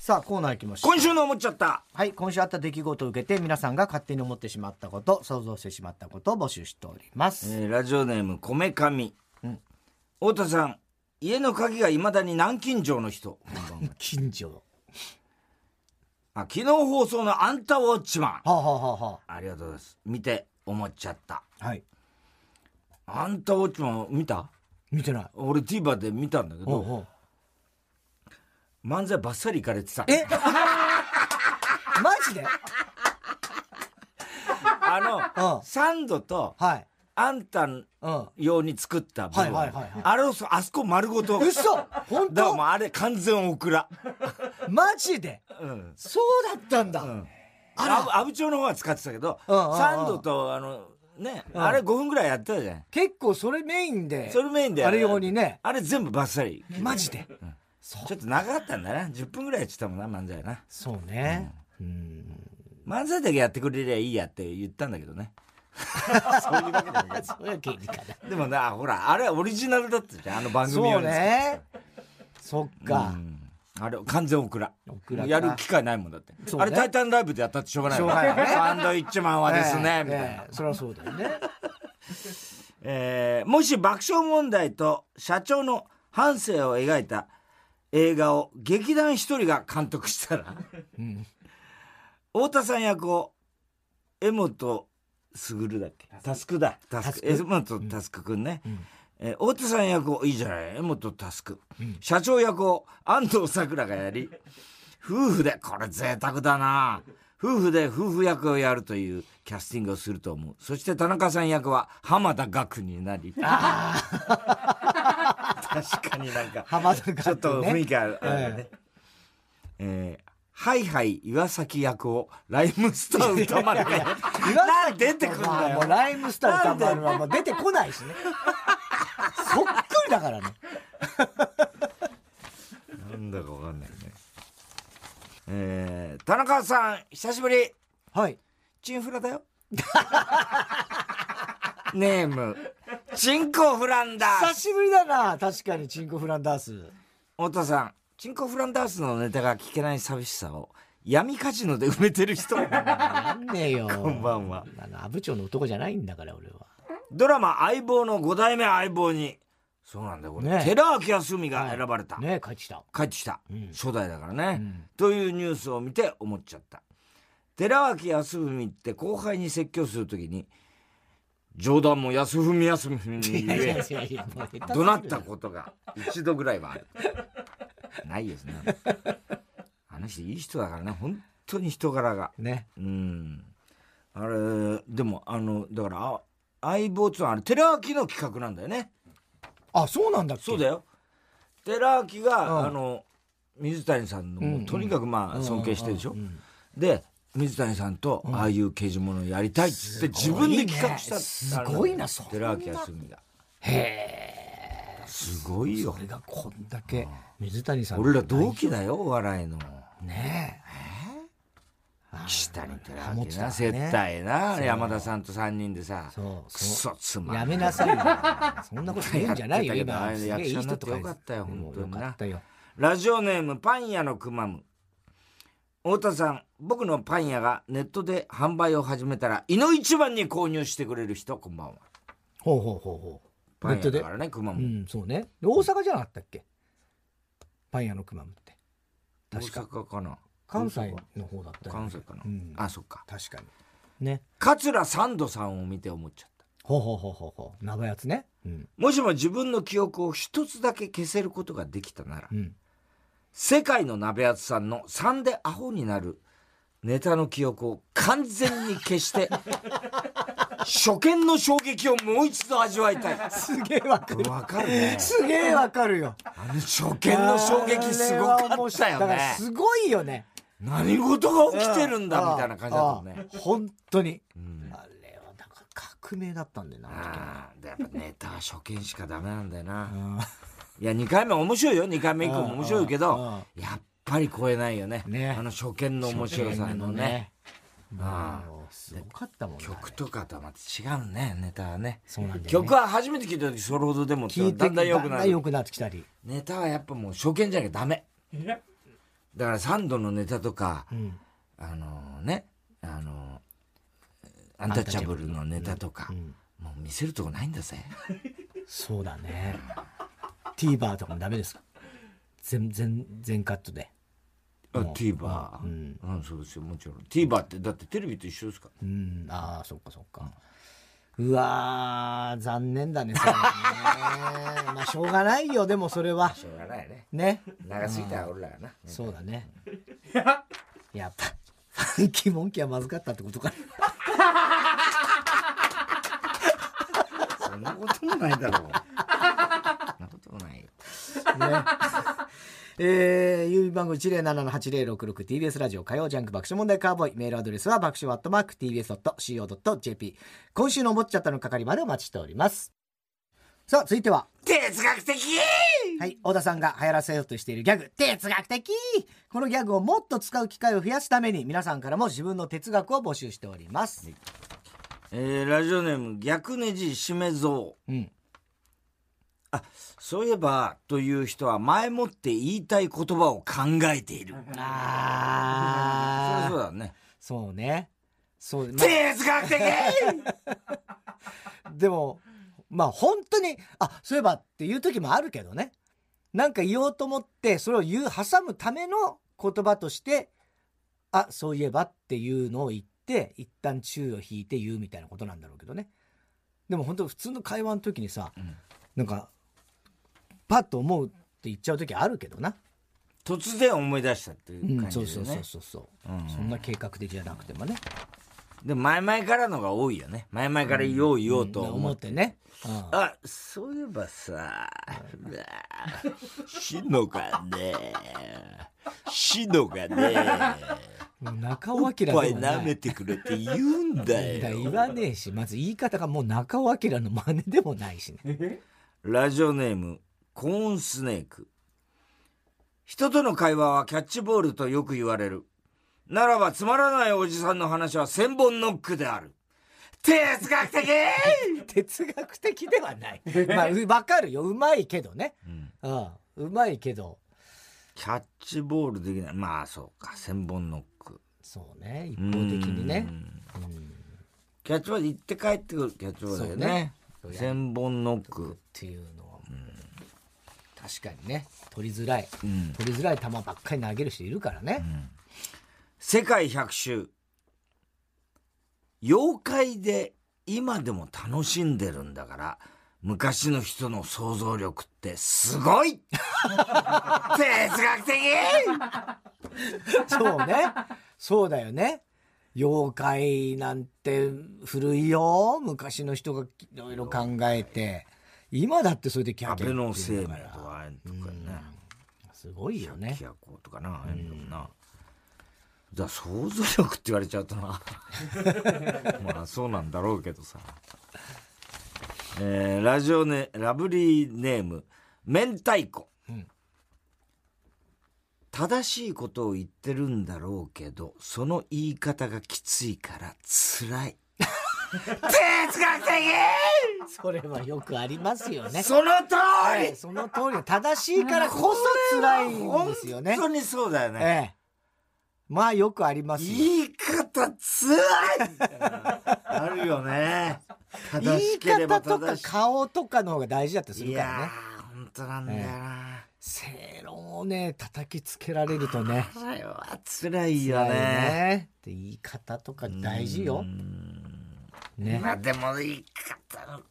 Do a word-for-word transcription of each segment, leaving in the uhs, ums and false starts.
さあコーナー行きましょう。 今週の思っちゃった。 はい、今週あった出来事を受けて皆さんが勝手に思ってしまったこと、想像してしまったことを募集しております。 えー、ラジオネームこめかみ、うん、太田さん、家の鍵がいまだに南京錠の人。 南京錠。 あ、昨日放送のアンタウォッチマン、はあはあはあ、ありがとうございます。見て思っちゃった。 はい。 アンタウォッチマン見た？ 見てない。 俺 TVer で見たんだけど、おうおう、漫才バッサリいかれてた。 えマジであの、うん、サンドと、はい、あんた用に作った部分、はいはいはいはい、あれをあそこ丸ごと。 嘘本当？ だからもうあれ完全オクラ。 マジで、うん、そうだったんだ。うん、 あら、阿武町の方は使ってたけど、うんうん、サンドとあのね、うん、あれごふんぐらいやってたじゃん。 結構それメインで。 それメインで。 あれ用にね。 あれ全部バッサリ。 マジで、 うん、ちょっと長かったんだな。じゅっぷんぐらいやってたもんな、漫才な。 そうね。 うん。うん漫才だけやってくれりゃいいやって言ったんだけどね。そういうわけでもない。 そういうわけにかな。 でもな、ほら、あれはオリジナルだったじゃん、あの番組用に。そうね。そっか。うん、 あれ、完全オクラ。オクラやる機会ないもんだって。ね、あれ、タイタンライブでやったってしょうがない。 しょうがないね。 サンドイッチマンはですね、えー、みたいな。 えー、そりゃそうだよね。 えー、もし爆笑問題と社長の半生を描いた映画を劇団一人が監督したら、うん、太田さん役を江本卓だっけ、タスクだ、タスク、江本タスクくんね、うん、えー、太田さん役をいいじゃない、江本タスク、うん、社長役を安藤サクラがやり、夫婦で、これ贅沢だな、夫婦で夫婦役をやるというキャスティングをすると思う。そして田中さん役は浜田岳になり、あ確かになんか浜田岳、ね、 ちょっと雰囲気ある、えーえーハイハイ岩崎役をライムスター歌丸がなんで出てくんだよ。 もうライムスター歌丸はもう出てこないしね。そっくりだからね。 なんだかわかんないね。えー、田中さん久しぶり。 はい。 チンフラだよ。ネームチンコフランダース。 久しぶりだな。確かにチンコフランダース。 太田さん。チンコフランダースのネタが聞けない寂しさを闇カジノで埋めてる人。 なんねえよ。 こんばんは。 あの、阿武町の男じゃないんだから、俺は。 ドラマ相棒のご代目相棒に、そうなんだよ、これ。ね、寺脇康文が選ばれた。 ねえ、帰ってきた。 帰ってきた。うん、初代だからね、うん。というニュースを見て思っちゃった。寺脇康文って後輩に説教するときに、冗談も安文康文に言え、怒鳴ったことが一度ぐらいはある。ないですね。あの人いい人だからね、本当に人柄が。 ね。 うん。あれ、でも、あの、だから、あ相棒ってのはあれ、寺脇の企画なんだよね。 あ、そうなんだっけ？ そうだよ。寺脇が、うん、あの、水谷さんの、もうとにかくまあ、尊敬してるでしょ。うんうん、で、水谷さんと、ああいう刑事物をやりたいっつって、自分で企画した。 すごいな、 そんな。寺脇康文が。 へー。 すごいよ。 それがこんだけ水谷さん、 俺ら同期だよ、お笑いの。 ねえ。岸谷寺脇な、接待な、山田さんとさんにんでさ、そうクソつまんない。 やめなさいよ。そんなこと言うんじゃないよ、今。 役者になってよかったよ、本当にな。ラジオネームパン屋のくまむ。太田さん、僕のパン屋がネットで販売を始めたら、いの一番に購入してくれる人、こんばんは。 ほうほうほうほう。 パン屋だからね、くまむ。 うん、そうね。大阪じゃなかったっけ？パン屋のくまむって。 確か。大阪かな。 関西の方だったよね。 関西かな。うん、あ、そっか。 確かに。ね。 桂三度さんを見て思っちゃった。 ほうほうほうほうほう。長やつね。 うん。もしも自分の記憶を一つだけ消せることができたなら、うん、世界の鍋やつさんのさんでアホになるネタの記憶を完全に消して、初見の衝撃をもう一度味わいたい。 すげえわかる。 わかるね。 すげえわかるよ。 あの初見の衝撃すごかったよね。だからすごいよね。 何事が起きてるんだみたいな感じだったもんね。 本当に。うん、あれはだから革命だったんだよな。 ああ、やっぱネタは初見しかダメなんだよな。いや、にかいめ面白いよ。にかいめ以降も面白いけど、やっぱり超えないよね。ね、あの初見の面白さのね。 ああ、すごかったもんね。 曲とかとはまた違うね、ネタはね。 そうなんだよね。 曲は初めて聞いた時それほどでも聞いてだんだん良くなる。 だんだん良くなってきたり。 ネタはやっぱもう初見じゃなきゃダメ。 だからサンドのネタとか、 うん、 あのね、あのアンタッチャブルのネタとか、うんうん、もう見せるとこないんだぜ。 そうだね。TVer とかもダメですか？全全全カットで。 あ、TVer、うん、うん、そうですよ、もちろん。TVer ってだってテレビと一緒ですか？ うん、ああ、そっかそっか。うわー、残念だね、それはね。まあ、しょうがないよ、でもそれは。 しょうがないね。 ね。 長すぎたら俺らがな。 そうだね。やっぱ、ファンキーモンキーはまずかったってことか。 そんなこともないだろう。そんなこともないよ。ね。 えー、郵便番号 いちゼロななのはちゼロろくろく ティービーエス ラジオ火曜ジャンク爆笑問題カーボーイ。メールアドレスは爆笑アットマーク ティービーエスドットシーオードットジェーピー。今週の思っちゃったの係までお待ちしております。さあ続いては哲学的。 はい、小田さんが流行らせようとしているギャグ、哲学的。このギャグをもっと使う機会を増やすために皆さんからも自分の哲学を募集しております。はい、 えー、ラジオネーム逆ネジしめぞう。うん。あ、そういえばという人は前もって言いたい言葉を考えている。ああ、それそうだね。 そうね。そう。 まあ、哲学的。 でもまあ本当にあそういえばっていう時もあるけどね。なんか言おうと思ってそれを言う挟むための言葉としてあそういえばっていうのを言って一旦注意を引いて言うみたいなことなんだろうけどね。でも本当普通の会話の時にさ、うん、なんかパッと思うって言っちゃう時あるけどな。 突然思い出したっていう感じでね、うん、そうそうそうそうそう、うん、そんな計画的じゃなくてもね。 でも前々からのが多いよね。前々から言おう言おうと思ってね、 うんうん、あそういえばさしのがねしのがね中尾明おっぱい舐めてくれって言うんだよ。 だ言わねえし、まず言い方がもう中尾明の真似でもないしね。 ラジオネームコーンスネーク。人との会話はキャッチボールとよく言われる。ならばつまらないおじさんの話は千本ノックである。哲学的。 哲学的ではない。まあ分かるよ、うまいけどね、うん、ああうまいけどキャッチボールできない。まあそうか、千本ノック。 そうね、一方的にね。うんうんキャッチボール行って帰ってくるキャッチボールだよね。千本ノックっていうのは、うん、確かにね取りづらい、うん、取りづらい球ばっかり投げる人いるからね、うん、 世界百周。妖怪で今でも楽しんでるんだから昔の人の想像力ってすごい。哲学的。 そうね、そうだよね。妖怪なんて古いよ。昔の人がいろいろ考えて今だってそれでキャッキャ安倍の生命とかとかね、 すごいよね。 百鬼夜行とかな、あれだもんな。じゃあ想像力って言われちゃうとなまあそうなんだろうけどさ、えー、ラジオネラブリーネーム明太子、うん、正しいことを言ってるんだろうけどその言い方がきついから辛い。哲学的。 それはよくありますよね。 その通り、 はい、その通り。正しいからこそ辛いんですよね。 本当にそうだよね、 ええ、まあよくありますよ。 言い方つらいあるよね。正しければ正しい。 言い方とか顔とかの方が大事だってするからね。いやー本当なんだよな、ええ、 正論をね叩きつけられるとね、 あれはつらいよ ね, ねで言い方とか大事よ、 ね、まあでも言い方の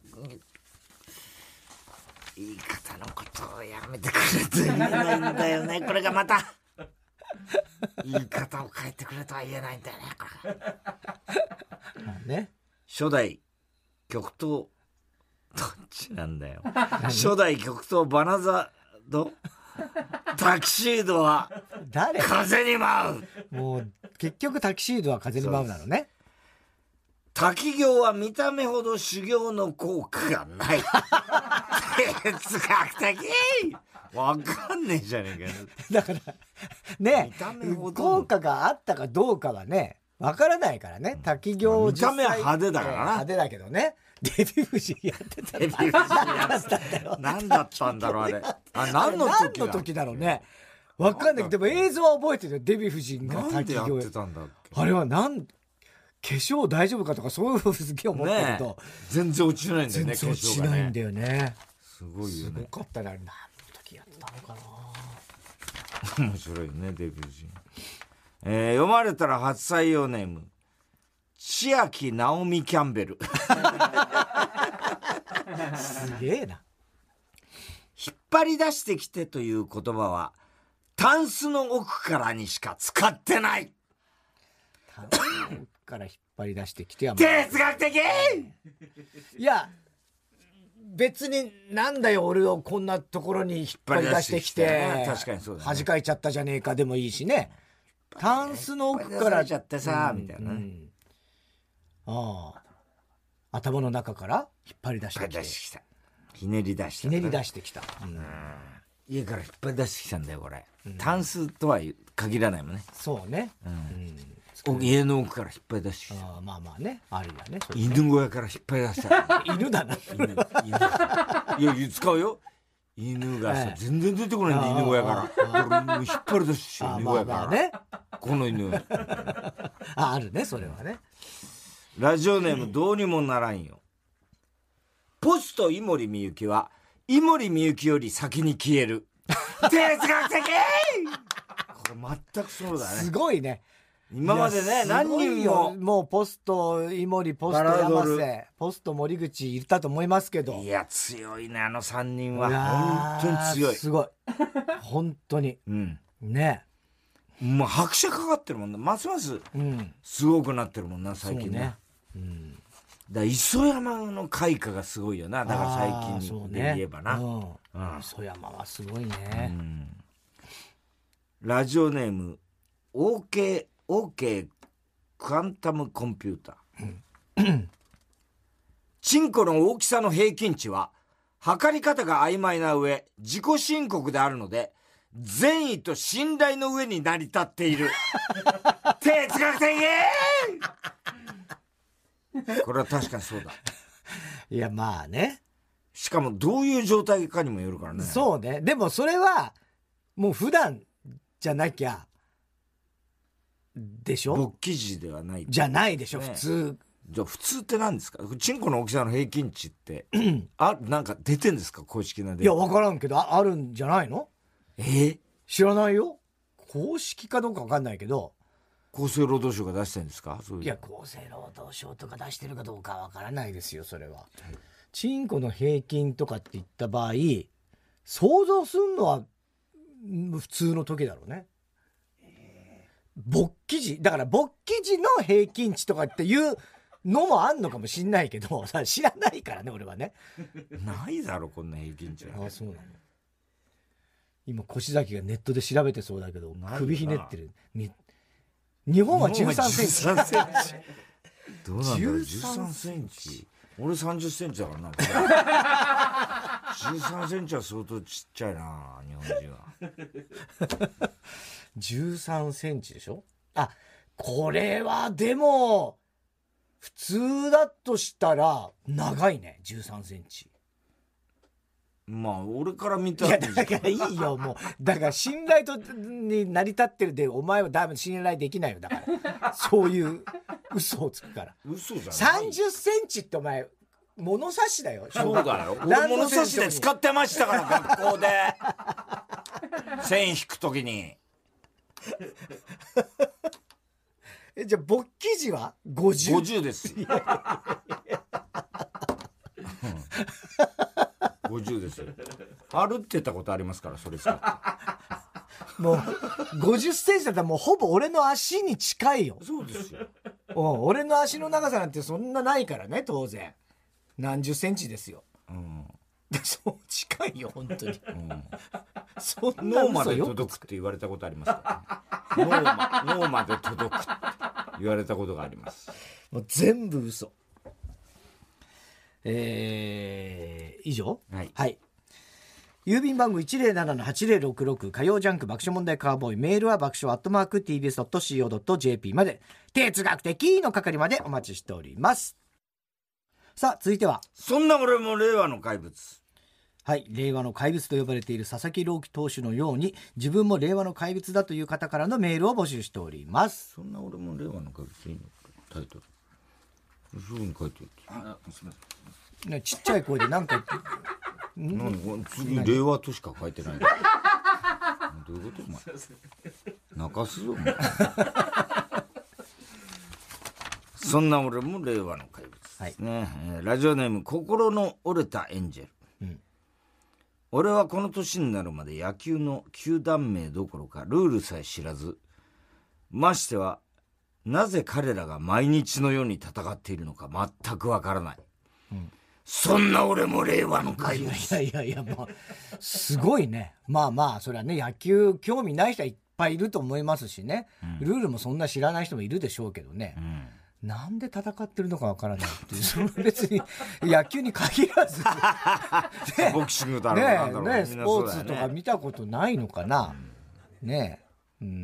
言い方のことをやめてくれと言えないんだよね。これがまた言い方を変えてくれとは言えないんだよね、これまあね。初代極東どっちなんだよ初代極東バナザドタキシードは誰風に舞う。もう結局タキシードは風に舞うなのね。 滝行は見た目ほど修行の効果がない哲学的。わかんねえじゃねえかよ。 だからね、効果があったかどうかはねわからないからね。滝行見た目は派手だからな。 派手だけどね。デヴィ夫人やってた。 デヴィ夫人やってた。何だったんだろうあれ。あ何の時だ。 何の時だろうね。 わかんないけど、でも映像は覚えてるよ。デヴィ夫人がなんでやってたんだっけ。 あれはなん化粧大丈夫かとかそういうのすげえ思ったけど、 ね、全然落ちないんだよね。 全然落ちないんだよね。 すごいよね。 すごかったね。何の時やってたのかな。面白いね、デヴィ夫人。えー、読まれたら初採用ネーム、千秋直美キャンベル。 すげえな。 引っ張り出してきてという言葉はタンスの奥からにしか使ってない。 タンスの奥から引っ張り出してきては哲学的。 いや別になんだよ俺をこんなところに引っ張り出してきて、 ね、確かにそうだね、 恥かいちゃったじゃねえかでもいいしね。タンスの奥からちゃってさ、うん、みたいな、ね、 うん、ああ頭の中から引っ張り出してきてきたひねり出してひねり出してきた、うん、 家から引っ張り出してきたんだよこれ、うん、タンスとは限らないもんね。 そうね、 うんうん、家の奥から引っ張り出してきた。 あまあまあねあるよね。 犬小屋から引っ張り出した犬だな犬犬いや使うよ。犬がさ、ええ、全然出てこないんで犬小屋から引っ張り出して犬小屋から、まあね、この犬ああるねそれはね。 ラジオネームどうにもならんよ。ポスト井森美幸は井森美幸より先に消える。哲学的。これ全くそうだね。 すごいね。 今までね何人ももうポスト井森ポスト山瀬ポスト森口いたと思いますけど、 いや強いねあのさんにんは。本当に強い。 すごい本当に、うん、ねもう拍車かかってるもんな。ますますすごくなってるもんな最近 ね, ね、うん、だから磯山の開花がすごいよな。だから最近で言えばな、ね、 うんうん、磯山はすごいね、うん、 ラジオネーム OK OK クアンタムコンピューター、うん、チンコの大きさの平均値は測り方が曖昧な上自己申告であるので善意と信頼の上に成り立っている。哲学的。これは確かにそうだ。 いやまあね。 しかもどういう状態かにもよるからね。 そうね。でもそれはもう普段じゃなきゃでしょ。 勃起時ではないじゃないでしょ、ね、普通。 じゃあ普通って何ですか。チンコの大きさの平均値ってあなんか出てんですか公式なデータ。 いや分からんけど あ, あるんじゃないの。 えー、 知らないよ。公式かどうか分かんないけど厚生労働省が出してるんですか。そういういや厚生労働省とか出してるかどうか分からないですよそれは。チンコの平均とかって言った場合想像するのは普通の時だろうね。勃起時だから勃起時の平均値とかっていうのもあんのかもしんないけど知らないからね俺はね。 ないだろこんな平均値。 ああそうなの。今越崎がネットで調べてそうだけど首ひねってる。日本はじゅうさんセンチ。 どうなんだろうじゅうさんセンチ。俺さんじゅっセンチだからな。じゅうさんセンチは相当ちっちゃいな日本人は。 じゅうさんセンチでしょ。あこれはでも普通だとしたら長いねじゅうさんセンチ。 まあ俺から見たらいやだからいいよもうだから信頼とに成り立ってるでお前はダメ信頼できないよだからそういう嘘をつくから。 嘘じゃない。 さんじゅっセンチってお前物差しだよ。 そうだよ俺物差しで使ってましたから学校で線引くときに。 えじゃあ勃起時はごじゅう。 ごじゅうです。ごじゅうですよ。歩ってたことありますからそれ使ってもうごじゅっセンチだったらもうほぼ俺の足に近いよ。 そうですよ。 俺の足の長さなんてそんなないからね当然何十センチですよ、うん、そう近いよ本当に、うん、そんな脳まで届くって言われたことありますから、ね、脳, ま脳まで届くって言われたことがあります。 もう全部嘘。えー、以上、 はい、 はい、郵便番号 いちゼロななのはちゼロろくろく 火曜ジャンク爆笑問題カーボーイ。メールは爆笑アットマーク ティービーエスドットシーオードットジェーピー まで。哲学的の係までお待ちしております。さあ続いてはそんな俺も令和の怪物。 はい、令和の怪物と呼ばれている佐々木朗希投手のように自分も令和の怪物だという方からのメールを募集しております。 そんな俺も令和の怪物いいのタイトルすぐに書いておいて。あ、すみません、ね、ちっちゃい声で何かなん次令和としか書いてないどういうことお前泣かすぞお前そんな俺も令和の怪物ですね、はい、ラジオネーム心の折れたエンジェル、うん、俺はこの年になるまで野球の球団名どころかルールさえ知らず、ましてはなぜ彼らが毎日のように戦っているのか全くわからない、うん、そんな俺も令和の怪物。 いやいやいや、まあ、すごいね。まあまあそれはね、野球興味ない人はいっぱいいると思いますしね、うん、ルールもそんな知らない人もいるでしょうけどね、うん、なんで戦ってるのかわからないっていうその別に野球に限らず、 ね、ボクシングだろうなんだろう、 ねね、スポーツとか見たことないのかな、うん、ねえ、うん、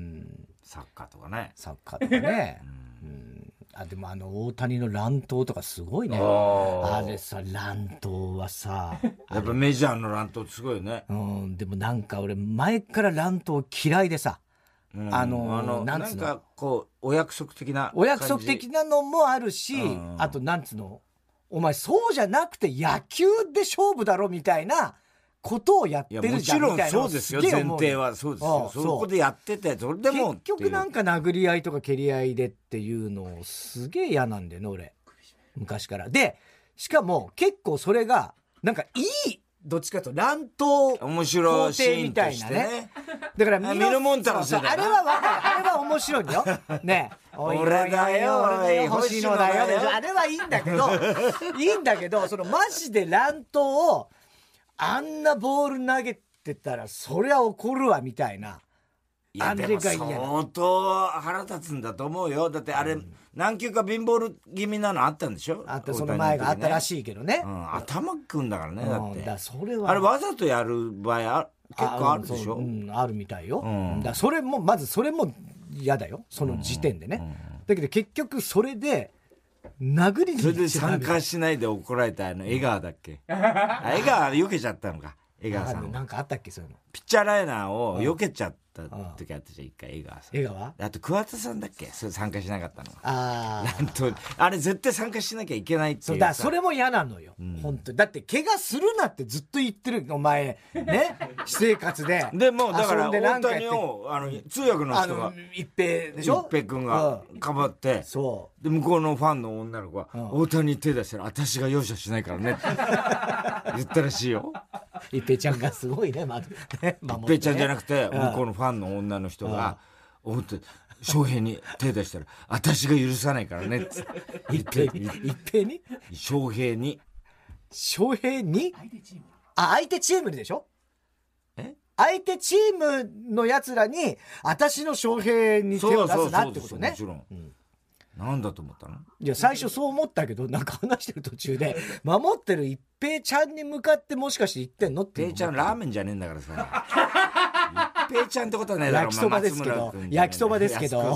サッカーとかねサッカーとかね、うんうん、あでもあの大谷の乱闘とかすごいね。あれさ、乱闘はさやっぱメジャーの乱闘すごいよね、 うん、でもなんか俺前から乱闘嫌いでさ、 うん、あのあのなんつうの、なんかこうお約束的なお約束的なのもあるし、うん、あとなんつうの、お前そうじゃなくて野球で勝負だろみたいなことをやってるじゃんみたいな。もちろんそうですよ、前提はそうですよ。そこでやってて、それでも結局なんか殴り合いとか蹴り合いでっていうのすげえ嫌なんだよね俺、昔から。でしかも結構それがなんかいい、どっちかと乱闘面白いシーンとしてね。 だからミノモンタの世代、 あれは分かる、あれは面白いよね。 俺だよ、 俺の星野だよ、あれはいいんだけどいいんだけど、そのマジで乱闘をあんなボール投げてたらそりゃ怒るわみたいな。 いやでも相当腹立つんだと思うよ。だってあれ、うん、何球か貧乏ル気味なのあったんでしょ。 あった、その前があったらしいけどね、 うん、頭くんだからね、だって、うん、 だそれはあれわざとやる場合あ結構あるでしょ。 あ, うん、あるみたいよ、うん、だそれもまずそれも嫌だよ、その時点でね、うんうん、だけど結局それで殴りにそれで参加しないで怒られたあの江川だっけあ江川避けちゃったのか、江川さんなんかあったっけ、そういうのピッチャーライナーを避けちゃった時あったじゃん、一回江川さん。 江川あと桑田さんだっけ、それ参加しなかったの。 あなんとあれ絶対参加しなきゃいけないっていう。 そうだ、それも嫌なのよ、うん、本当に。だって怪我するなってずっと言ってるお前ね私生活ででもだから大谷をあの通訳の人が一平でしょ、 一平君がかばって、うん、そうで向こうのファンの女の子が、うん、大谷に手出したら私が容赦しないからねって言ったらしいよ。 一平ちゃんがすごいね、まね、 一平ちゃんじゃなくて向こうのファンの女の人がおって翔平に手出したら私が許さないからねって一平に一平に翔平に翔平にあ相手チームでしょ。 え相手チームのやつらに私の翔平に手を出すなってことね。 もちろん、うん、なんだと思ったの。 いや最初そう思ったけど、なんか話してる途中で守ってる一平ちゃんに向かってもしかして言ってんのって一平ちゃんラーメンじゃねえんだからさ一平ちゃんってことはないだろ。 焼きそばですけど焼きそばですけど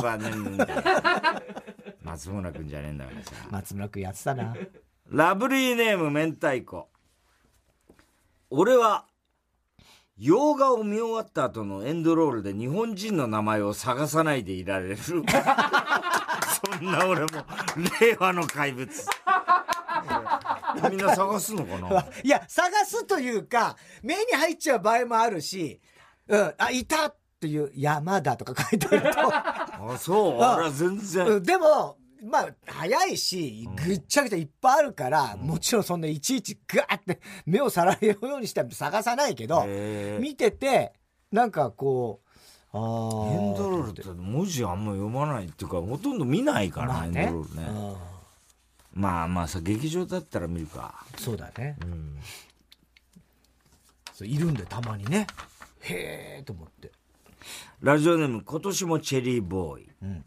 松村君じゃねえんだからさ。 松村君やってたな。 ラブリーネーム明太子。俺は洋画を見終わった後のエンドロールで日本人の名前を探さないでいられるそんな俺も令和の怪物みんな探すのかな。 いや探すというか目に入っちゃう場合もあるし、うん、あいたっていう山だとか書いてあるとあそうあれ全然、 うん、でもまあ早いしぐっちゃぐちゃいっぱいあるから、うん、もちろんそんないちいちガーって目をさられるようにして探さないけど見ててなんかこうあエンドロールって文字あんま読まないっていうかほとんど見ないから、まあね、エンドロールね。まあまあさ劇場だったら見るか。 そうだね、うん、そういるんでたまにね。へえと思って。 ラジオネーム今年もチェリーボーイ、うん、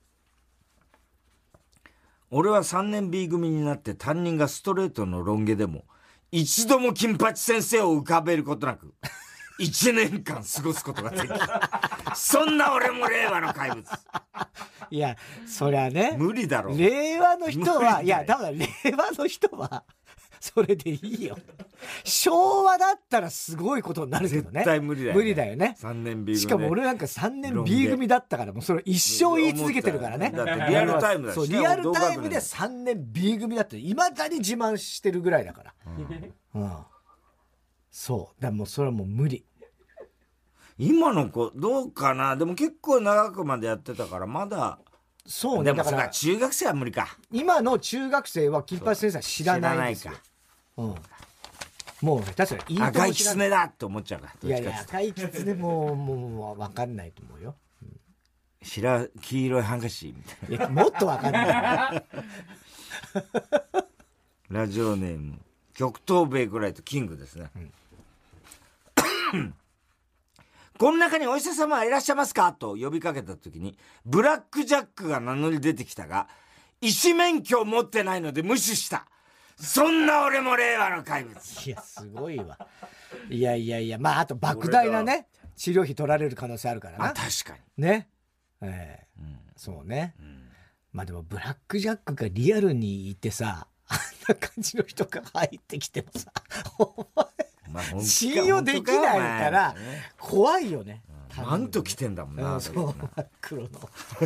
俺はさんねん B 組になって担任がストレートのロン毛でも一度も金八先生を浮かべることなくいちねんかん過ごすことができるそんな俺も令和の怪物。 いやそりゃね無理だろ。 令和の人はいやだから令和の人はそれでいいよ。 昭和だったらすごいことになるけどね。 絶対無理だよね。 無理だよね。 さんねん B 組。 しかも俺なんかさんねん B 組だったから、もうそれ一生言い続けてるからね。 だってリアルタイムだし、 そう、リアルタイムでさんねん B 組だって、いまだに自慢してるぐらいだから。うん。うん、そう。だからもうそれはもう無理。 今の子、どうかな。でも結構長くまでやってたから、まだ。 そうね。 でもさ、中学生は無理か。 今の中学生は金八先生は知らないんですよ。知らないか。うん。もうね、確かにいいとこ赤いキツネだって思っちゃうから。 いやいや、赤いキツネも、もう分かんないと思うよ。うん、 白、黄色いハンカチみたいな。 いや、もっと分かんない。 ラジオネーム、極東ベイクライトキングですね。うん、この中にお医者様はいらっしゃいますかと呼びかけた時に、ブラックジャックが名乗り出てきたが、医師免許を持ってないので無視した。そんな俺も令和の怪物。 いや、すごいわ。いやいやいや、まあ、あと莫大なね、治療費取られる可能性あるからな。 あ、確かに。ね。ええーうん、そうね、うん。まあでも、ブラックジャックがリアルにいてさ、あんな感じの人が入ってきてもさ、お前、信用できないから、怖いよね。 マント着てんだもんな。 そう、真っ黒の。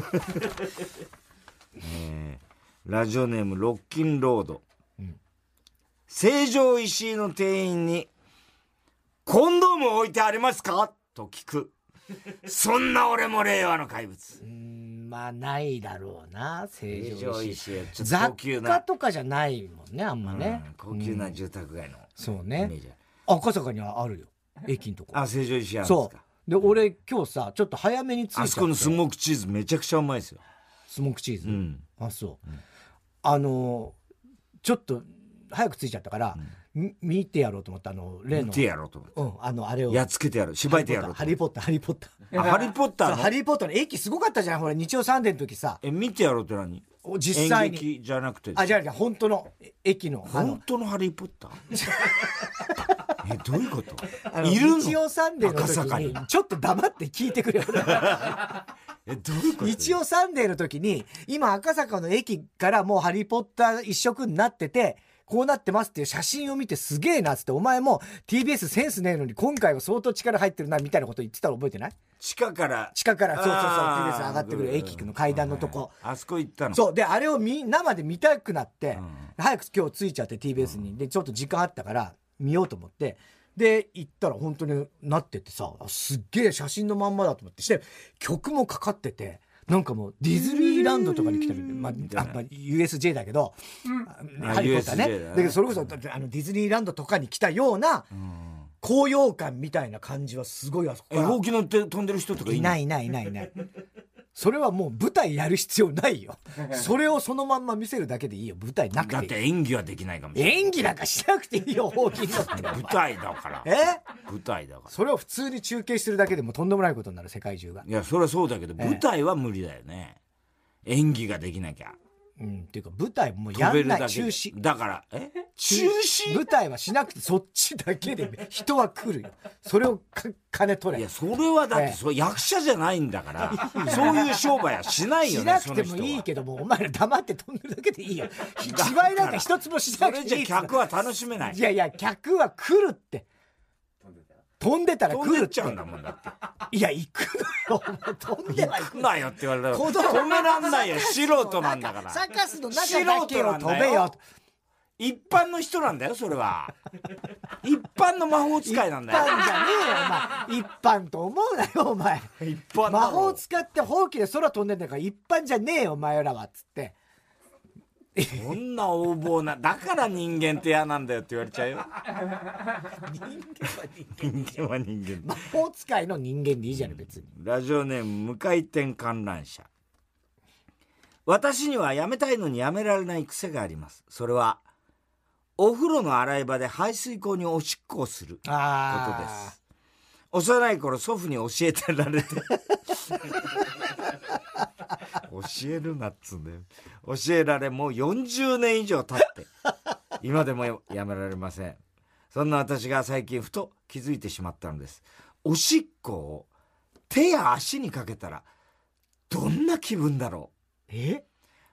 えー、ラジオネーム、ロッキンロード。成城石井の店員にコンドーム置いてありますかと聞く。そんな俺も令和の怪物。 うーん、まあないだろうな。成城石井雑貨とかじゃないもんね、あんまね、 うん、高級な住宅街の、うん、 そうね。赤坂にはあるよ、駅のとこ。 あ、成城石井あるんですか。 そうで、俺今日さちょっと早めに着いちゃって、 あそこのスモークチーズめちゃくちゃうまいですよ。 スモークチーズ、 うん、 あ、そう、うん、あのちょっと早く着いちゃったから、うん、見てやろうと思った。あの例の見てやろうと思った、 うん、あのあれをやっつけてやる、縛いてやろうと。 ハリーポッターハリーポッターハリーポッターのハリーポッターの駅すごかったじゃん、ほら日曜サンデーの時さ。 え、見てやろうって何？ 実際に演劇じゃなくて、 あ、じゃあ本当の駅の本当のハリーポッターえ、どういうこと？いるの？ 日曜サンデーの時にちょっと黙って聞いてくれよえ、どういうこと？ 日曜サンデーの時に今赤坂の駅からもうハリーポッター一色になってて、こうなってますっていう写真を見てすげえなっつって、お前も ティービーエス センスねえのに今回は相当力入ってるなみたいなこと言ってたら覚えてない？ 地下から地下からそうそうそう ティービーエス 上がってくる駅の階段のとこ、 あそこ行ったの。 そうで、あれを見生で見たくなって、うん、早く今日着いちゃって ティービーエス に、でちょっと時間あったから見ようと思って、で行ったら本当になっててさ、すっげえ写真のまんまだと思って、して曲もかかってて、なんかもうディズニーランドとかに来たみたいな、まあ、まあ、ユーエスジェー だけど、うん、ハリーポッターね、だけどそれこそあのディズニーランドとかに来たような高揚感みたいな感じはすごい。あそこからほうき乗って飛んでる人とかいないいないいないいないそれはもう舞台やる必要ないよ。それをそのまんま見せるだけでいいよ、舞台なくていい。 だって演技はできないかもしれない。 演技なんかしなくていいよ、ほうきに乗って舞台だからえ舞台だからそれを普通に中継してるだけでもとんでもないことになる、世界中が。 いや、それはそうだけど、舞台は無理だよね、演技ができなきゃ。 うん、っていうか舞台もうやんない、中止だから。え中止？ 舞台はしなくてそっちだけで人は来るよ、それをか金取れ。 いや、それはだって、それ役者じゃないんだからそういう商売はしないよね。 しなくてもいいけども、お前ら黙って飛んでるだけでいいよ。芝居なんか一つもしなくていい。 それじゃ客は楽しめない。 いやいや、客は来るって。飛んでたら来るって。 飛んでっちゃうんだもんだって。 いや、行くのよ。飛んでは行くなよって言われたら止めらんないよ、素人なんだから。 サカスの中だけを飛べよ。 一般の人なんだよ、それは。一般の魔法使いなんだよ。 一般じゃねえよ、お前。一般と思うなよ、お前。 一般魔法使ってほうきで空飛んでんだから一般じゃねえよ、お前らは。っつって。 そんな横暴な、だから人間って嫌なんだよって言われちゃうよ。 人間は人間。 人間は人間。 魔法使いの人間でいいじゃん、別に。 ラジオネーム、無回転観覧車。私にはやめたいのにやめられない癖があります。それは、お風呂の洗い場で排水口におしっこをすることです。幼い頃祖父に教えてられて教えるなっつうんだよ。教えられもうよんじゅうねん以上経って今でもやめられません。そんな私が最近ふと気づいてしまったのです。おしっこを手や足にかけたらどんな気分だろう。 え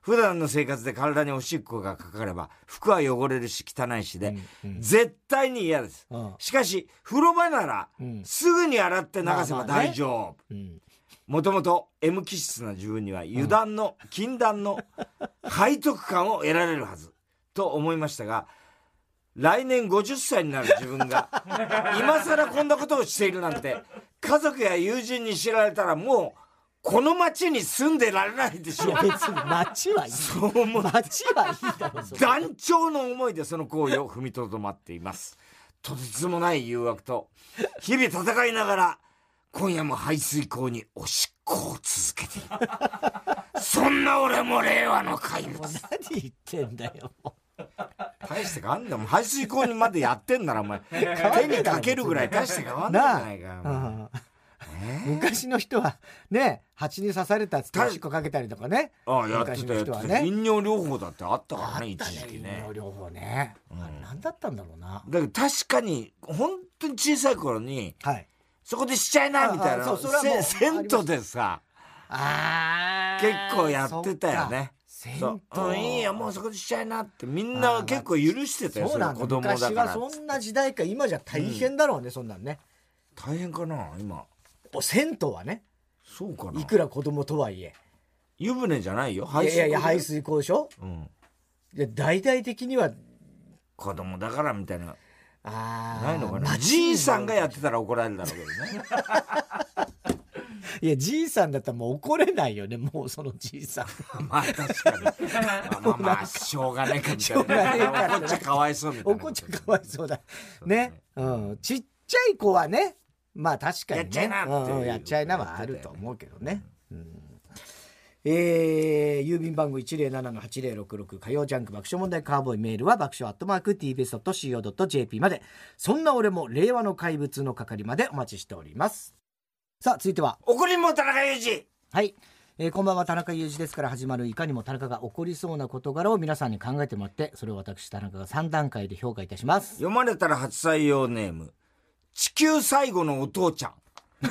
普段の生活で体におしっこがかかれば服は汚れるし汚いしで、 うんうん、 絶対に嫌です、 うん、 しかし風呂場なら、うん、すぐに洗って流せば大丈夫。もともと M 気質な自分には油断の、うん、禁断の背徳感を得られるはずと思いましたが、来年ごじゅっさいになる自分が今更こんなことをしているなんて家族や友人に知られたらもうこの町に住んでられないでしょう。 別に町はいい。 そう思う。 町はいいだろ。 断腸の思いでその行為を踏みとどまっています。とてつもない誘惑と日々戦いながら今夜も排水口におしっこを続けている。そんな俺も令和の怪物。 何言ってんだよ。 大して変わんだもん。排水口にまでやってんならお前手にかけるぐらい大して変わんないじゃないか。 昔の人はね、蜂に刺されたっつっておしっこかけたりとかね。 ああ、やってたやってた。頻尿療法だってあったからね、一時期ね。 頻尿療法ね。うん、あれ何だったんだろうな。 だけど確かに本当に小さい頃に、はい、そこでしちゃいなみたいな、銭湯でさ、あ結構やってたよね。銭湯、うん、いいよもうそこでしちゃいなってみんな結構許してたよ。 そうなんだ。子供だから昔はそんな時代か。今じゃ大変だろうね、うん、そんなんね。 大変かな今。 銭湯はね。 そうかな。 いくら子供とはいえ。 湯船じゃないよ。 排水口。いやいや排水口でしょ。うん。いや大々的には子供だからみたいな。 ああ。 ないのかな。じいさんがやってたら怒られるだろうけどね。 いやじいさんだったらもう怒れないよね。もうそのじいさん。 まあ確かに。まあまあまあしょうがないかみたいな。怒っちゃかわいそうみたいな。 怒っちゃかわいそうだ。ね。うん。ちっちゃい子はね。まあ確かにね。やっちゃいなって、うん、やっちゃいなはあると思うけどね。うん、えー、郵便番号 いちまるななのはちまるろくろく 火曜ジャンク爆笑問題カーボーイ。メールは爆笑アットマーク ティービーエスドットシーオードットジェーピー まで。そんな俺も令和の怪物の係までお待ちしております。さあ続いては怒りんぼ田中裕二。 はい、えー、こんばんは田中裕二ですから始まるいかにも田中が起こりそうな事柄を皆さんに考えてもらって、それを私田中がさん段階で評価いたします。 読まれたら初採用ネーム地球最後のお父ちゃん。 地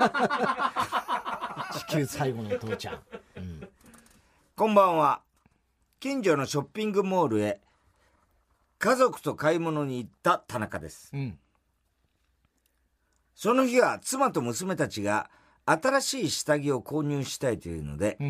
球最後のお父ちゃん、うん、 こんばんは。近所のショッピングモールへ家族と買い物に行った田中です、うん、その日は妻と娘たちが新しい下着を購入したいというので、うん、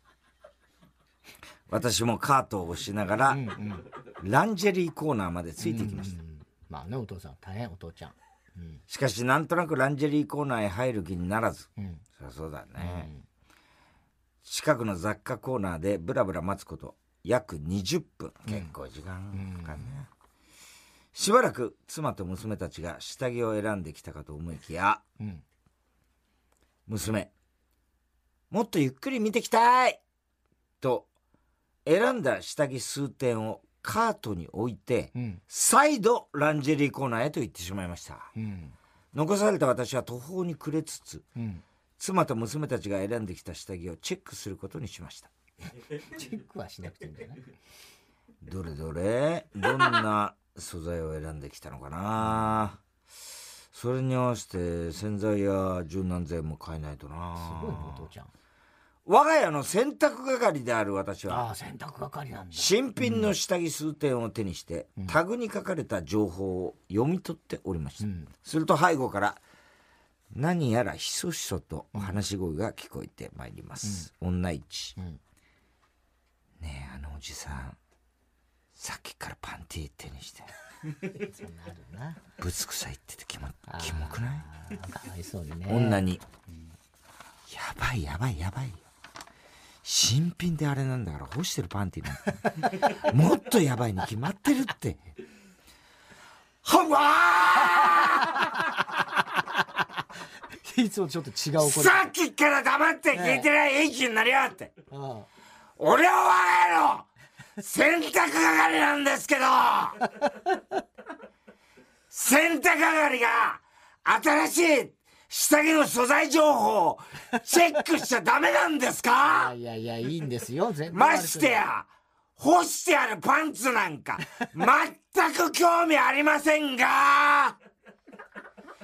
私もカートを押しながら、うんうん、ランジェリーコーナーまでついてきました、うんうん、 まあね、お父さん大変お父ちゃん、 うん、しかしなんとなくランジェリーコーナーへ入る気にならず、うん、そりゃそうだね、うん、近くの雑貨コーナーでブラブラ待つこと約にじゅっぷん、うん、結構時間かかるね、うん、しばらく妻と娘たちが下着を選んできたかと思いきや、うん、娘もっとゆっくり見てきたいと選んだ下着数点をカートに置いて、うん、再度ランジェリーコーナーへと行ってしまいました、うん、残された私は途方に暮れつつ、うん、妻と娘たちが選んできた下着をチェックすることにしました。 チェックはしなくていいんだよね。 どれどれどんな素材を選んできたのかな、うん、それに合わせて洗剤や柔軟剤も買えないとな。 すごいねお父ちゃん。 我が家の洗濯係である私は、 ああ洗濯係なんだ。 新品の下着数点を手にして、うん、タグに書かれた情報を読み取っておりました、うん、すると背後から何やらひそひそと話し声が聞こえてまいります、うん、女一、うん、ねえあのおじさんさっきからパンティー手にしてそうなるな。 ぶつくさいっててキモ、キモくない？ かわいそうにね。 女に、うん、やばいやばいやばいよ、新品であれなんだから干してるパンティーなんてもっとやばいに決まってるってはわーいつもちょっと違う声。 さっきから黙って聞いてない演技になりやがって、ああ俺は我が家の洗濯係なんですけど洗濯係が新しい下着の素材情報をチェックしちゃダメなんですか？ いやいやいやいいんですよ。全然ましてや干してあるパンツなんか全く興味ありませんが興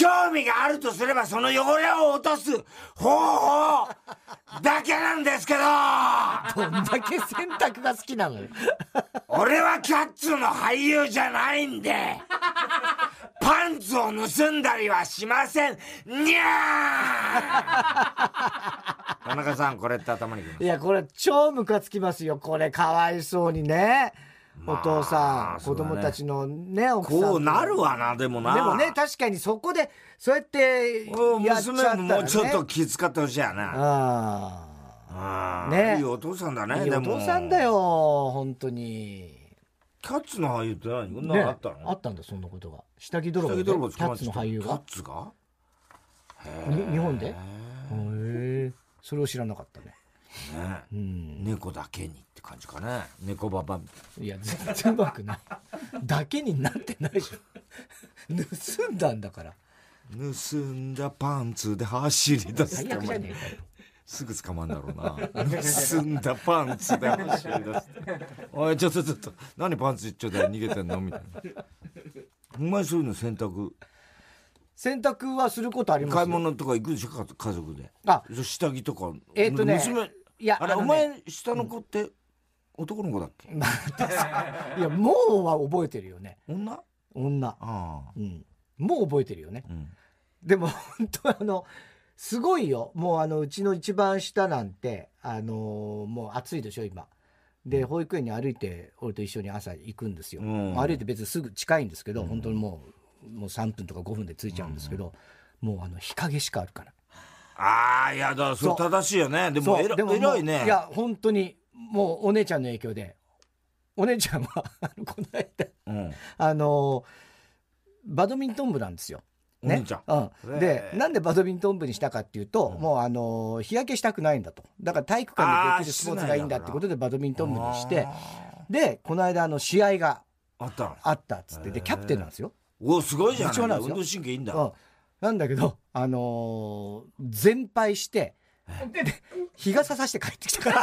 興味があるとすればその汚れを落とす方法だけなんですけどどんだけ洗濯が好きなのよ俺はキャッツの俳優じゃないんでパンツを盗んだりはしませんにゃー田中さんこれって頭にきます。 いやこれ超ムカつきますよこれ。かわいそうにね、まあ、お父さん、ね、子供たちのね奥さんこうなるわな。でもなでもね確かにそこでそうやってやっちゃったら、ね、 娘ももうちょっと気遣ってほしいやな。 ああねいいお父さんだね。 いいお父さんだよ本当に。 キャッツの俳優って何こんなのあったの、ね、 あったんだそんなことが。下着泥棒でキャッツの俳優が。 キャッツがに日本でへえそれを知らなかったね。 ね、うん、猫だけにって感じかね。猫ババみたいな。 いや全然うまくないだけになってないでしょ盗んだんだから。 盗んだパンツで走り出す。 最悪じゃねえかよ。 すぐ捕まんだろうな盗んだパンツで走り出すおいちょっとちょっと何パンツ一丁で逃げてんのみたいな。お前そういうの洗濯洗濯はすることありますよ。 買い物とか行くでしょ家族で。 あ下着とかえー、っとね娘いやあれあ、ね、お前下の子って、うん、男の子だっけいやもうは覚えてるよね。 女女ああ、うん、もう覚えてるよね、うん、でも本当あのすごいよ。もうあのうちの一番下なんてあのー、もう暑いでしょ今で。保育園に歩いて俺と一緒に朝行くんですよ、うん、歩いて別にすぐ近いんですけど、うん、本当にもう、もうさんぷんとかごふんで着いちゃうんですけど、うん、もうあの日陰しかあるから。 ああいやだそれ正しいよね。でもえら偉いね。 いや本当にもうお姉ちゃんの影響で。お姉ちゃんはこの間、うん、あのバドミントン部なんですよね、うん、でなんでバドミントン部にしたかっていうと、うん、もうあの日焼けしたくないんだと。だから体育館でできるスポーツがいいんだってことでバドミントン部にして、でこの間あの試合があったあったっつってでキャプテンなんですよ。 おすごいじゃん。運動神経いいんだ、 うん、なんだけどあのー、全敗してでで日傘さして帰ってきたから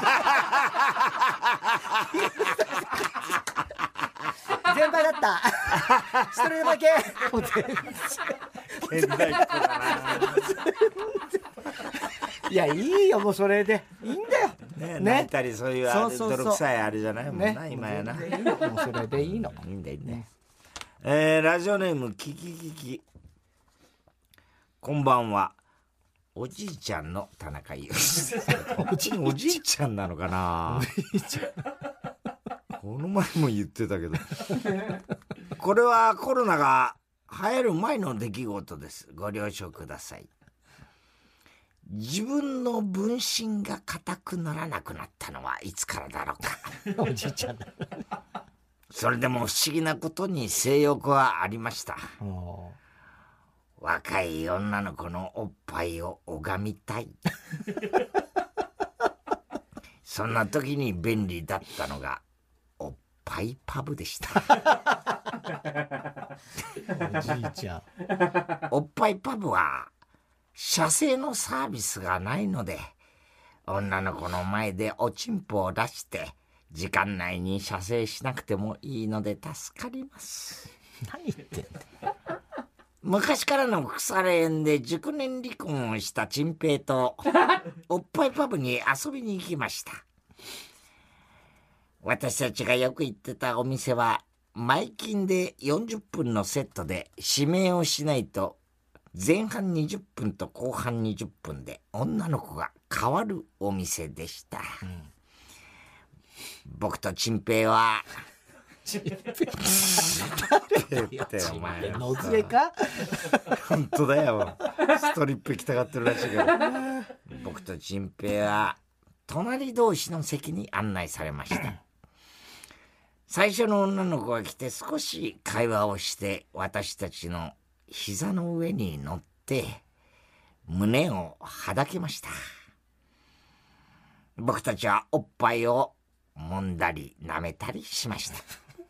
全敗だった一人で負けもう全然現代っ子だないやいいよもうそれでいいんだよね。泣いたりそういう泥臭いあれじゃないもんな、ね、今やな。 もうそれでいいの。 いいんだいいんだ、ねえー、ラジオネームキキキキ。こんばんは。おじいちゃんの田中裕おじおじいちゃんなのかな。おじいちゃんこの前も言ってたけどこれはコロナが流行る前の出来事です。ご了承ください。自分の分身が硬くならなくなったのはいつからだろうか。 おじいちゃんだそれでも不思議なことに性欲はありました。若い女の子のおっぱいを拝みたいそんな時に便利だったのがおっぱいパブでしたおじいちゃんおっぱいパブは射精のサービスがないので女の子の前でおちんぽを出して時間内に射精しなくてもいいので助かります。 何言ってんだよ。 昔からの腐れ縁で熟年離婚をしたチンペイとおっぱいパブに遊びに行きました。私たちがよく行ってたお店は前金でよんじゅっぷんのセットで指名をしないと前半にじゅっぷんと後半にじゅっぷんで女の子が変わるお店でした、うん、僕とチンペイはチンペイってお前のずれか本当だよ。ストリップ行きたがってるらしいけど僕とチンペイは隣同士の席に案内されました最初の女の子が来て少し会話をして私たちの膝の上に乗って胸をはだけました。僕たちはおっぱいを揉んだり舐めたりしました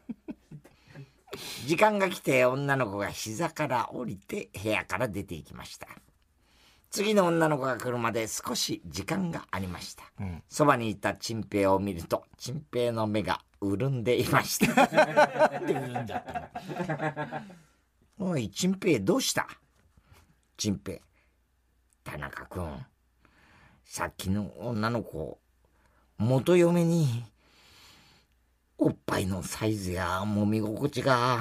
時間が来て女の子が膝から降りて部屋から出て行きました。次の女の子が来るまで少し時間がありました。そば、うん、にいたチンペイを見るとチンペイの目が潤んでいましたおいチンペイどうした。 陳平、田中君、さっきの女の子、元嫁におっぱいのサイズや揉み心地が、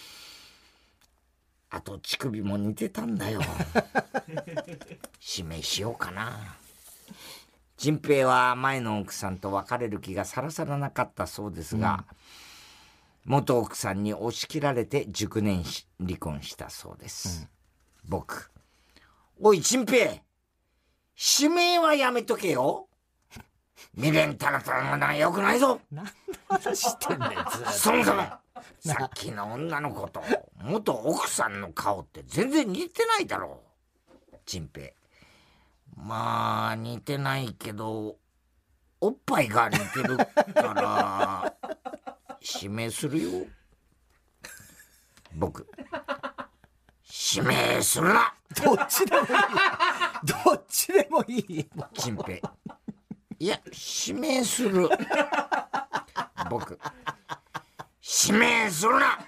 あと乳首も似てたんだよ。指名しようかな。陳平は前の奥さんと別れる気がさらさらなかったそうですが、うん、元奥さんに押し切られて熟年離婚したそうです、うん、僕、おい陳平、指名はやめとけよ。未練たらたらがよくないぞ。 何の話してんだよ。 そもそもさっきの女の子と元奥さんの顔って全然似てないだろう。陳平、まあ似てないけどおっぱいが似てるから指名するよ。僕、指名するな。 どっちでもいい。どっちでもいい。 陳平、いや指名する。僕、指名するな。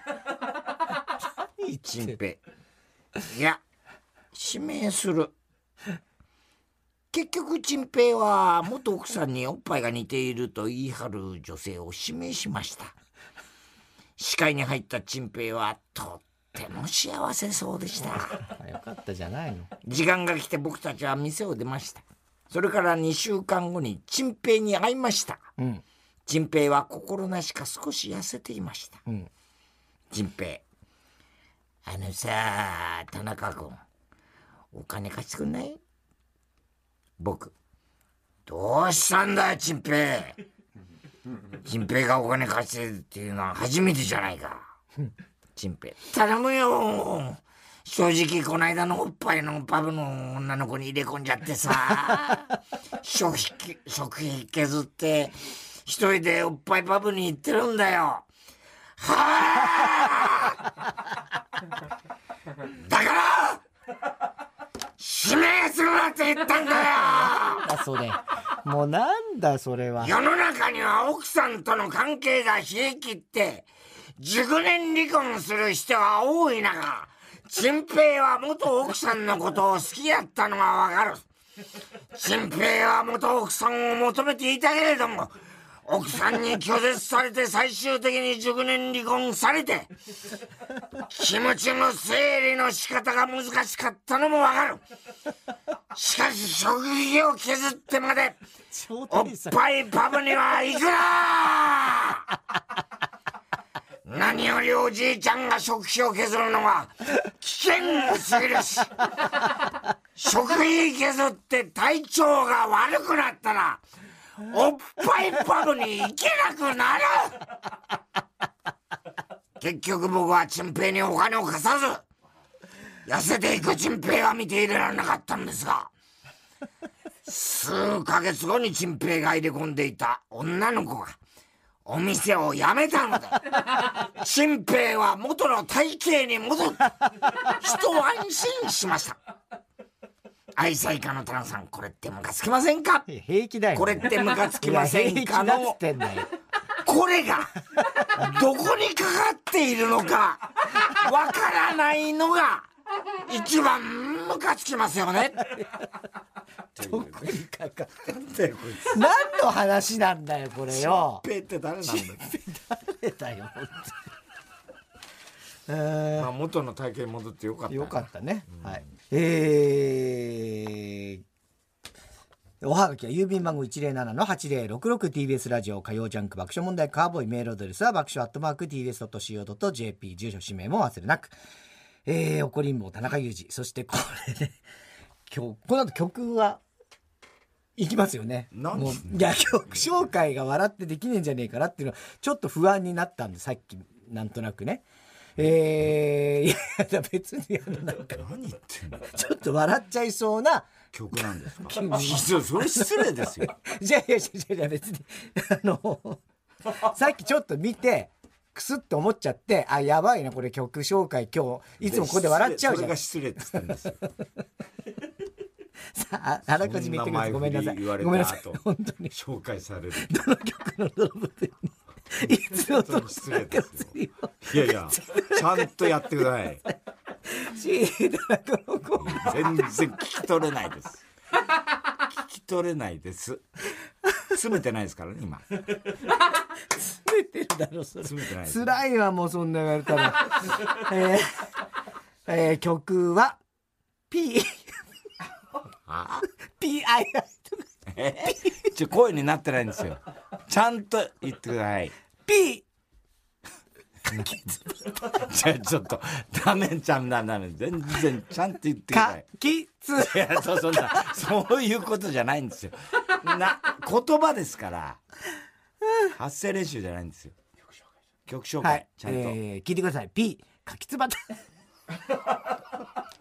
陳平、いや指名する。結局陳平は元奥さんにおっぱいが似ていると言い張る女性を指名しました。視界に入った陳平はとっても幸せそうでした。 よかったじゃないの。 時間が来て僕たちは店を出ました。それからにしゅうかんごに陳平に会いました、うん、陳平は心なしか少し痩せていました、うん、陳平、あのさ、田中君、お金貸してくんない？僕、どうしたんだよ陳平。陳平がお金貸してるっていうのは初めてじゃないか。陳平、頼むよ。正直この間のおっぱいのパブの女の子に入れ込んじゃってさ、食費、食費削って一人でおっぱいパブに行ってるんだよ。はあだから指名するなって言ったんだよ。 あ、それもうなんだそれは。 世の中には奥さんとの関係が冷え切って熟年離婚する人が多い中、陳平は元奥さんのことを好きだったのがわかる。陳平は元奥さんを求めていたけれども、奥さんに拒絶されて最終的に熟年離婚されて、気持ちの整理の仕方が難しかったのもわかる。しかし食費を削ってまでおっぱいパブには行くな。何よりおじいちゃんが食費を削るのは危険すぎるし、食費削って体調が悪くなったらおっぱいパブに行けなくなる。結局僕は陳平にお金を貸さず、痩せていく陳平は見ていられなかったんですが、数ヶ月後に陳平が入れ込んでいた女の子がお店を辞めたので、陳平は元の体型に戻って一安心しました。愛妻家の田中さん、これってムカつきませんか？ 平気だよ。 これってムカつきませんかのこれがどこにかかっているのかわからないのが一番ムカつきますよね。 どこにかかってる何の話なんだよこれよ。 陳平って誰なんだよ。 誰だよ。 えーまあ、元の体型に戻ってよかった、ね、 よかったね、うん、はい。えー、おはがきは郵便番号 いちぜろななのはちぜろろくろく ティービーエス ラジオ火曜ジャンク爆笑問題カーボーイ。メールアドレスは爆笑アットマーク ティービーエスドットシーオードットジェーピー。 住所氏名も忘れなく。えー、怒りんぼ田中裕二。そしてこれね、今日この後曲はいきますよね。もういや曲紹介が笑ってできねえんじゃねえかなっていうのはちょっと不安になったんで、さっきなんとなくね。えー、いや別にあのなんか何言ってんの、 ちょっと笑っちゃいそうな曲なんですか。それ失礼ですよ。 じゃあいやいやいや別にあのさっきちょっと見てクスッと思っちゃって、あやばいなこれ曲紹介今日いつもここで笑っちゃうじゃん。それが失礼って言ってんですよ。 さああらかじめ言ってください。ごめんなさいごめんなさい本当に紹介されるどの曲のどの部分にいつもと失礼ですよ。いやいやちゃんとやってください。 しいだどこ全然聞き取れないです。聞き取れないです。詰めてないですからね今。 詰めてるだろそれ。 詰めてないです。 辛いわもうそんな言われたら。えーえー、曲は P あピーアイアイえちょ声になってないんですよ。ちゃんと言ってください。 P じゃあちょっとダメちゃんなんだね。全然ちゃんと言ってください。 きついやそうそんなそういうことじゃないんですよ。な言葉ですから発声練習じゃないんですよ。曲紹介、 はい、 ちゃんと、 えー、聞いてください。 P かきつばた